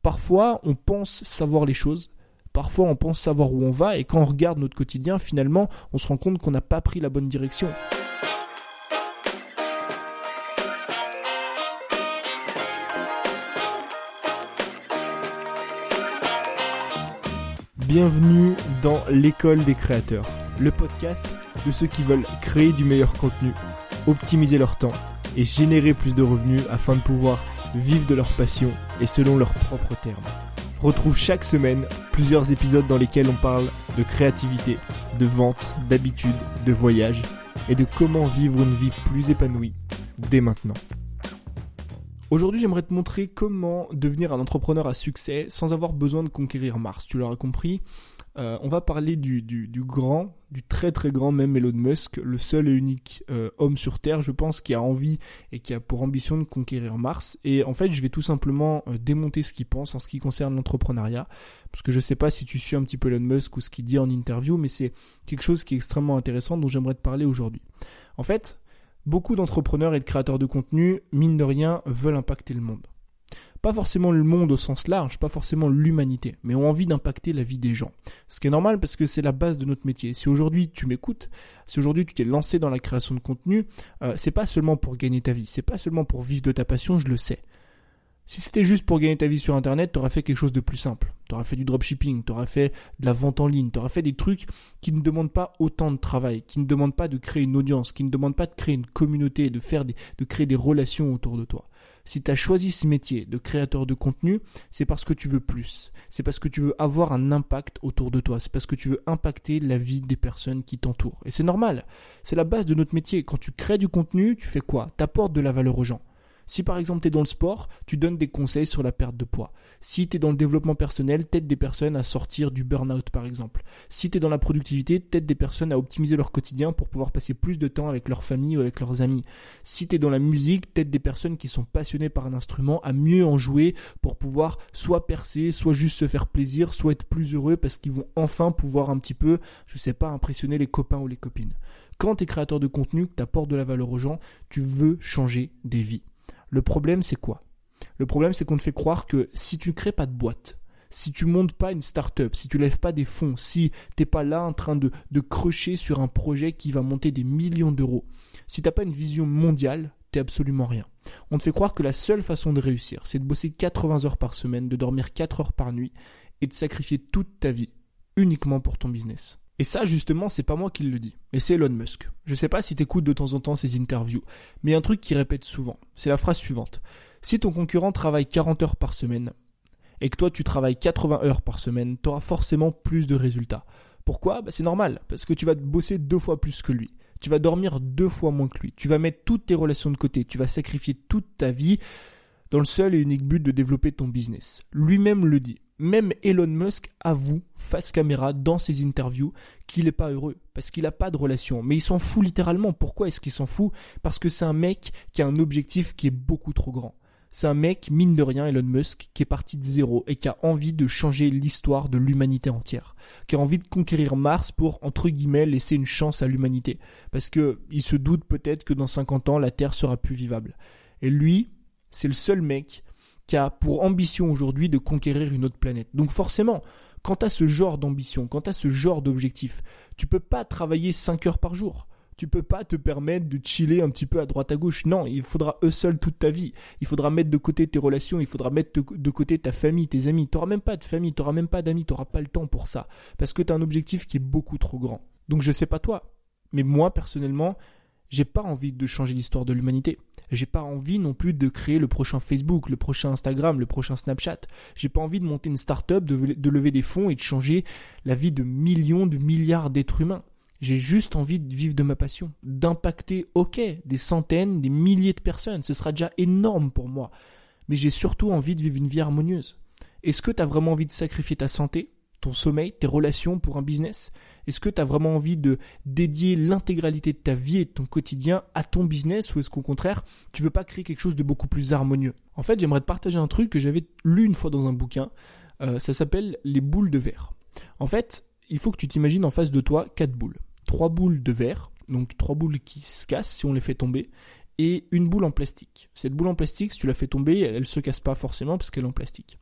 Parfois, on pense savoir les choses. Parfois, on pense savoir où on va et quand on regarde notre quotidien, finalement, on se rend compte qu'on n'a pas pris la bonne direction. Bienvenue dans l'école des créateurs, le podcast de ceux qui veulent créer du meilleur contenu, optimiser leur temps et générer plus de revenus afin de pouvoir vivre de leur passion et selon leurs propres termes. Retrouve chaque semaine plusieurs épisodes dans lesquels on parle de créativité, de vente, d'habitude, de voyage et de comment vivre une vie plus épanouie dès maintenant. Aujourd'hui, j'aimerais te montrer comment devenir un entrepreneur à succès sans avoir besoin de conquérir Mars. Tu l'auras compris, on va parler du très très grand même Elon Musk, le seul et unique homme sur Terre, je pense, qui a envie et qui a pour ambition de conquérir Mars. Et en fait, je vais tout simplement démonter ce qu'il pense en ce qui concerne l'entrepreneuriat, parce que je sais pas si tu suis un petit peu Elon Musk ou ce qu'il dit en interview, mais c'est quelque chose qui est extrêmement intéressant dont j'aimerais te parler aujourd'hui. En fait, beaucoup d'entrepreneurs et de créateurs de contenu, mine de rien, veulent impacter le monde. Pas forcément le monde au sens large, pas forcément l'humanité, mais ont envie d'impacter la vie des gens. Ce qui est normal parce que c'est la base de notre métier. Si aujourd'hui tu m'écoutes, si aujourd'hui tu t'es lancé dans la création de contenu, c'est pas seulement pour gagner ta vie, c'est pas seulement pour vivre de ta passion, je le sais. Si c'était juste pour gagner ta vie sur Internet, t'aurais fait quelque chose de plus simple. T'aurais fait du dropshipping, t'aurais fait de la vente en ligne, t'aurais fait des trucs qui ne demandent pas autant de travail, qui ne demandent pas de créer une audience, qui ne demandent pas de créer une communauté, de créer des relations autour de toi. Si t'as choisi ce métier de créateur de contenu, c'est parce que tu veux plus. C'est parce que tu veux avoir un impact autour de toi. C'est parce que tu veux impacter la vie des personnes qui t'entourent. Et c'est normal. C'est la base de notre métier. Quand tu crées du contenu, tu fais quoi? T'apportes de la valeur aux gens. Si par exemple tu es dans le sport, tu donnes des conseils sur la perte de poids. Si tu es dans le développement personnel, t'aides des personnes à sortir du burn-out par exemple. Si tu es dans la productivité, t'aides des personnes à optimiser leur quotidien pour pouvoir passer plus de temps avec leur famille ou avec leurs amis. Si tu es dans la musique, t'aides des personnes qui sont passionnées par un instrument à mieux en jouer pour pouvoir soit percer, soit juste se faire plaisir, soit être plus heureux parce qu'ils vont enfin pouvoir un petit peu, impressionner les copains ou les copines. Quand tu es créateur de contenu, que tu apportes de la valeur aux gens, tu veux changer des vies. Le problème, c'est quoi? Le problème, c'est qu'on te fait croire que si tu ne crées pas de boîte, si tu montes pas une start-up, si tu lèves pas des fonds, si t'es pas là en train de crusher sur un projet qui va monter des millions d'euros, si t'as pas une vision mondiale, t'es absolument rien. On te fait croire que la seule façon de réussir, c'est de bosser 80 heures par semaine, de dormir 4 heures par nuit et de sacrifier toute ta vie uniquement pour ton business. Et ça, justement, c'est pas moi qui le dis, mais c'est Elon Musk. Je sais pas si t'écoutes de temps en temps ses interviews, mais il y a un truc qu'il répète souvent, c'est la phrase suivante. Si ton concurrent travaille 40 heures par semaine, et que toi tu travailles 80 heures par semaine, t'auras forcément plus de résultats. Pourquoi? C'est normal, parce que tu vas bosser 2 fois plus que lui. Tu vas dormir 2 fois moins que lui. Tu vas mettre toutes tes relations de côté, tu vas sacrifier toute ta vie dans le seul et unique but de développer ton business. Lui-même le dit. Même Elon Musk avoue, face caméra, dans ses interviews, qu'il n'est pas heureux, parce qu'il n'a pas de relation. Mais il s'en fout littéralement. Pourquoi est-ce qu'il s'en fout? Parce que c'est un mec qui a un objectif qui est beaucoup trop grand. C'est un mec, mine de rien, Elon Musk, qui est parti de zéro et qui a envie de changer l'histoire de l'humanité entière. Qui a envie de conquérir Mars pour, entre guillemets, laisser une chance à l'humanité. Parce que il se doute peut-être que dans 50 ans, la Terre sera plus vivable. Et lui, c'est le seul mec qui a pour ambition aujourd'hui de conquérir une autre planète. Donc forcément, quand tu as ce genre d'ambition, quand tu as ce genre d'objectif, tu peux pas travailler 5 heures par jour. Tu peux pas te permettre de chiller un petit peu à droite à gauche. Non, il faudra hustle toute ta vie. Il faudra mettre de côté tes relations, il faudra mettre de côté ta famille, tes amis. Tu n'auras même pas de famille, tu n'auras même pas d'amis, tu n'auras pas le temps pour ça. Parce que tu as un objectif qui est beaucoup trop grand. Donc je sais pas toi, mais moi personnellement, j'ai pas envie de changer l'histoire de l'humanité. J'ai pas envie non plus de créer le prochain Facebook, le prochain Instagram, le prochain Snapchat. J'ai pas envie de monter une start-up, de lever des fonds et de changer la vie de millions, de milliards d'êtres humains. J'ai juste envie de vivre de ma passion, d'impacter, des centaines, des milliers de personnes. Ce sera déjà énorme pour moi. Mais j'ai surtout envie de vivre une vie harmonieuse. Est-ce que tu as vraiment envie de sacrifier ta santé, ton sommeil, tes relations pour un business? Est-ce que tu as vraiment envie de dédier l'intégralité de ta vie et de ton quotidien à ton business ou est-ce qu'au contraire, tu veux pas créer quelque chose de beaucoup plus harmonieux? En fait, j'aimerais te partager un truc que j'avais lu une fois dans un bouquin. Ça s'appelle les boules de verre. En fait, il faut que tu t'imagines en face de toi 4 boules. 3 boules de verre, donc 3 boules qui se cassent si on les fait tomber, et une boule en plastique. Cette boule en plastique, si tu la fais tomber, elle se casse pas forcément parce qu'elle est en plastique.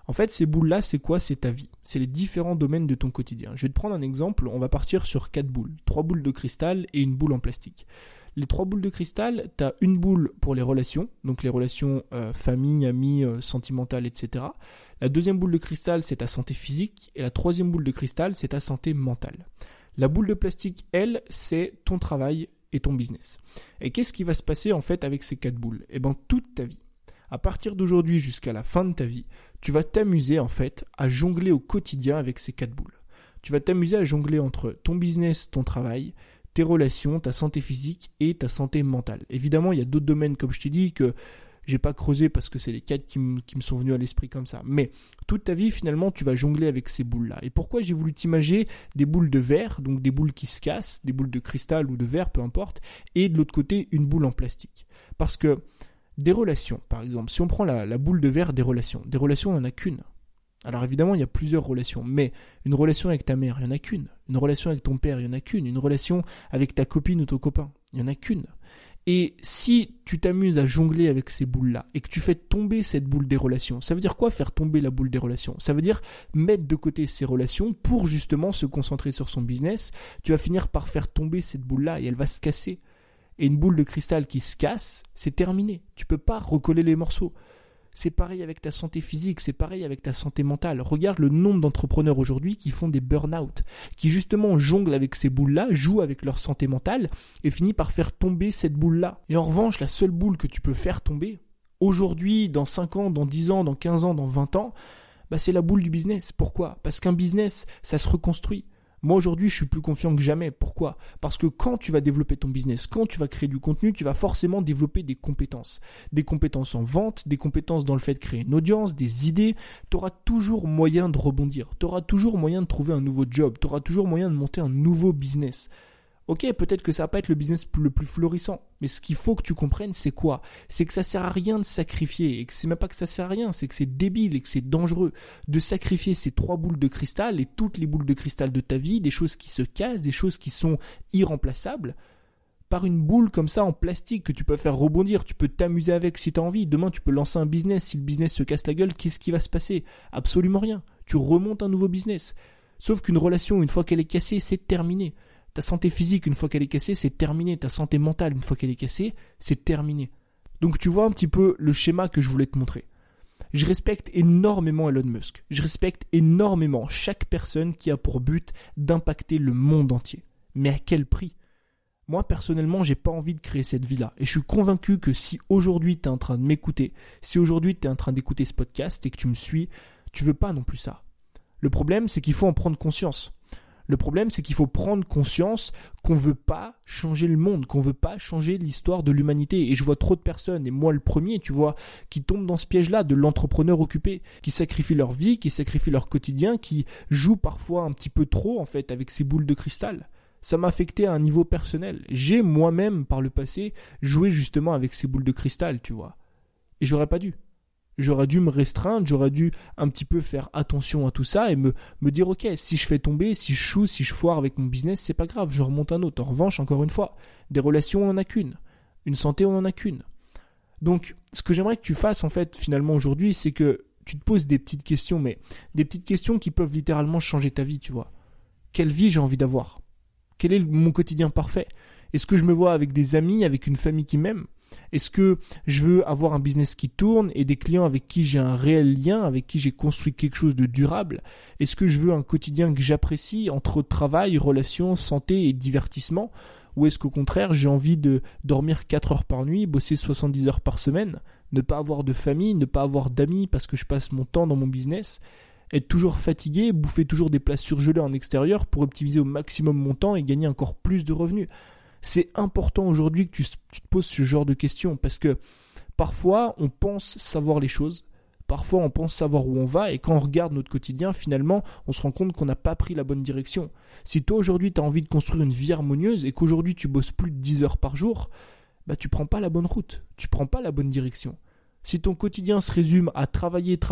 En fait, ces boules-là, c'est quoi? C'est ta vie. C'est les différents domaines de ton quotidien. Je vais te prendre un exemple. On va partir sur 4 boules. 3 boules de cristal et une boule en plastique. Les 3 boules de cristal, tu as une boule pour les relations. Donc les relations famille, amis, sentimentales, etc. La deuxième boule de cristal, c'est ta santé physique. Et la troisième boule de cristal, c'est ta santé mentale. La boule de plastique, elle, c'est ton travail et ton business. Et qu'est-ce qui va se passer en fait avec ces 4 boules? Eh bien, toute ta vie. À partir d'aujourd'hui jusqu'à la fin de ta vie, tu vas t'amuser en fait à jongler au quotidien avec ces 4 boules. Tu vas t'amuser à jongler entre ton business, ton travail, tes relations, ta santé physique et ta santé mentale. Évidemment, il y a d'autres domaines comme je t'ai dit que j'ai pas creusé parce que c'est les 4 qui me sont venus à l'esprit comme ça. Mais toute ta vie, finalement, tu vas jongler avec ces boules-là. Et pourquoi j'ai voulu t'imager des boules de verre, donc des boules qui se cassent, des boules de cristal ou de verre, peu importe, et de l'autre côté, une boule en plastique. Parce que des relations, par exemple, si on prend la boule de verre des relations, on n'en a qu'une. Alors évidemment, il y a plusieurs relations, mais une relation avec ta mère, il n'y en a qu'une. Une relation avec ton père, il n'y en a qu'une. Une relation avec ta copine ou ton copain, il n'y en a qu'une. Et si tu t'amuses à jongler avec ces boules-là et que tu fais tomber cette boule des relations, ça veut dire quoi faire tomber la boule des relations? Ça veut dire mettre de côté ces relations pour justement se concentrer sur son business. Tu vas finir par faire tomber cette boule-là et elle va se casser. Et une boule de cristal qui se casse, c'est terminé. Tu peux pas recoller les morceaux. C'est pareil avec ta santé physique, c'est pareil avec ta santé mentale. Regarde le nombre d'entrepreneurs aujourd'hui qui font des burn-out, qui justement jonglent avec ces boules-là, jouent avec leur santé mentale et finissent par faire tomber cette boule-là. Et en revanche, la seule boule que tu peux faire tomber, aujourd'hui, dans 5 ans, dans 10 ans, dans 15 ans, dans 20 ans, c'est la boule du business. Pourquoi? Parce qu'un business, ça se reconstruit. Moi aujourd'hui, je suis plus confiant que jamais. Pourquoi? Parce que quand tu vas développer ton business, quand tu vas créer du contenu, tu vas forcément développer des compétences. Des compétences en vente, des compétences dans le fait de créer une audience, des idées. Tu auras toujours moyen de rebondir. Tu auras toujours moyen de trouver un nouveau job. Tu auras toujours moyen de monter un nouveau business. Ok, peut-être que ça va pas être le business le plus florissant, mais ce qu'il faut que tu comprennes, c'est quoi? C'est que ça sert à rien de sacrifier, et que c'est même pas que ça sert à rien, c'est que c'est débile et que c'est dangereux de sacrifier ces 3 boules de cristal et toutes les boules de cristal de ta vie, des choses qui se cassent, des choses qui sont irremplaçables, par une boule comme ça en plastique que tu peux faire rebondir, tu peux t'amuser avec si tu as envie. Demain, tu peux lancer un business, si le business se casse la gueule, qu'est-ce qui va se passer? Absolument rien. Tu remontes un nouveau business. Sauf qu'une relation, une fois qu'elle est cassée, c'est terminé. Ta santé physique, une fois qu'elle est cassée, c'est terminé. Ta santé mentale, une fois qu'elle est cassée, c'est terminé. Donc tu vois un petit peu le schéma que je voulais te montrer. Je respecte énormément Elon Musk. Je respecte énormément chaque personne qui a pour but d'impacter le monde entier. Mais à quel prix? Moi, personnellement, j'ai pas envie de créer cette vie-là. Et je suis convaincu que si aujourd'hui tu es en train de m'écouter, si aujourd'hui tu es en train d'écouter ce podcast et que tu me suis, tu veux pas non plus ça. Le problème, c'est qu'il faut en prendre conscience. Le problème, c'est qu'il faut prendre conscience qu'on veut pas changer le monde, qu'on veut pas changer l'histoire de l'humanité. Et je vois trop de personnes, et moi le premier, tu vois, qui tombent dans ce piège-là de l'entrepreneur occupé, qui sacrifient leur vie, qui sacrifient leur quotidien, qui jouent parfois un petit peu trop, en fait, avec ces boules de cristal. Ça m'a affecté à un niveau personnel. J'ai moi-même, par le passé, joué justement avec ces boules de cristal, tu vois. Et j'aurais pas dû. J'aurais dû me restreindre, j'aurais dû un petit peu faire attention à tout ça et me dire ok, si je fais tomber, si je choue, si je foire avec mon business, c'est pas grave, je remonte un autre. En revanche, encore une fois, des relations on en a qu'une, une santé on en a qu'une. Donc, ce que j'aimerais que tu fasses en fait finalement aujourd'hui, c'est que tu te poses des petites questions, mais des petites questions qui peuvent littéralement changer ta vie, tu vois. Quelle vie j'ai envie d'avoir? Quel est mon quotidien parfait? Est-ce que je me vois avec des amis, avec une famille qui m'aime? Est-ce que je veux avoir un business qui tourne et des clients avec qui j'ai un réel lien, avec qui j'ai construit quelque chose de durable? Est-ce que je veux un quotidien que j'apprécie entre travail, relations, santé et divertissement? Ou est-ce qu'au contraire, j'ai envie de dormir 4 heures par nuit, bosser 70 heures par semaine, ne pas avoir de famille, ne pas avoir d'amis parce que je passe mon temps dans mon business, être toujours fatigué, bouffer toujours des plats surgelés en extérieur pour optimiser au maximum mon temps et gagner encore plus de revenus? C'est important aujourd'hui que tu te poses ce genre de questions parce que parfois on pense savoir les choses, parfois on pense savoir où on va et quand on regarde notre quotidien, finalement, on se rend compte qu'on n'a pas pris la bonne direction. Si toi aujourd'hui tu as envie de construire une vie harmonieuse et qu'aujourd'hui tu bosses plus de 10 heures par jour, tu prends pas la bonne route, tu prends pas la bonne direction. Si ton quotidien se résume à travailler et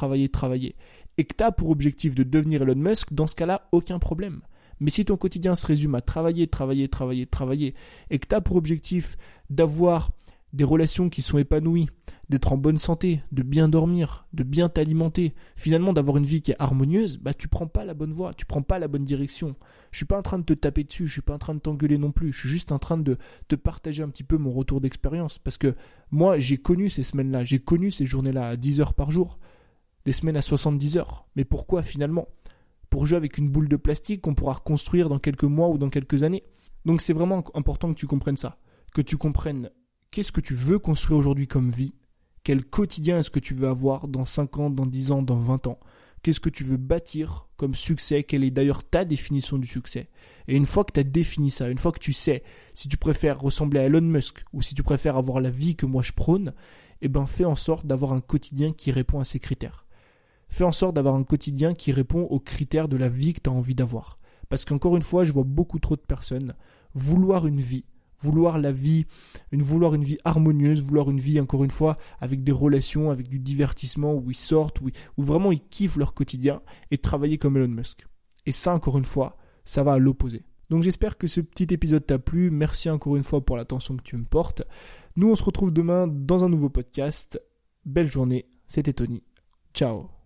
que tu as pour objectif de devenir Elon Musk, dans ce cas-là, aucun problème. Mais si ton quotidien se résume à travailler et que tu as pour objectif d'avoir des relations qui sont épanouies, d'être en bonne santé, de bien dormir, de bien t'alimenter, finalement d'avoir une vie qui est harmonieuse, tu prends pas la bonne voie, tu prends pas la bonne direction. Je suis pas en train de te taper dessus, je suis pas en train de t'engueuler non plus, je suis juste en train de te partager un petit peu mon retour d'expérience, parce que moi j'ai connu ces semaines-là, j'ai connu ces journées-là à 10 heures par jour, des semaines à 70 heures. Mais pourquoi finalement ? Pour jouer avec une boule de plastique qu'on pourra reconstruire dans quelques mois ou dans quelques années. Donc c'est vraiment important que tu comprennes ça, que tu comprennes qu'est-ce que tu veux construire aujourd'hui comme vie, quel quotidien est-ce que tu veux avoir dans 5 ans, dans 10 ans, dans 20 ans, qu'est-ce que tu veux bâtir comme succès, quelle est d'ailleurs ta définition du succès. Et une fois que tu as défini ça, une fois que tu sais si tu préfères ressembler à Elon Musk ou si tu préfères avoir la vie que moi je prône, fais en sorte d'avoir un quotidien qui répond à ces critères. Fais en sorte d'avoir un quotidien qui répond aux critères de la vie que tu as envie d'avoir. Parce qu'encore une fois, je vois beaucoup trop de personnes vouloir une vie, vouloir une vie harmonieuse, vouloir une vie, encore une fois, avec des relations, avec du divertissement, où ils sortent, où vraiment ils kiffent leur quotidien, et travailler comme Elon Musk. Et ça, encore une fois, ça va à l'opposé. Donc j'espère que ce petit épisode t'a plu. Merci encore une fois pour l'attention que tu me portes. Nous, on se retrouve demain dans un nouveau podcast. Belle journée, c'était Tony. Ciao.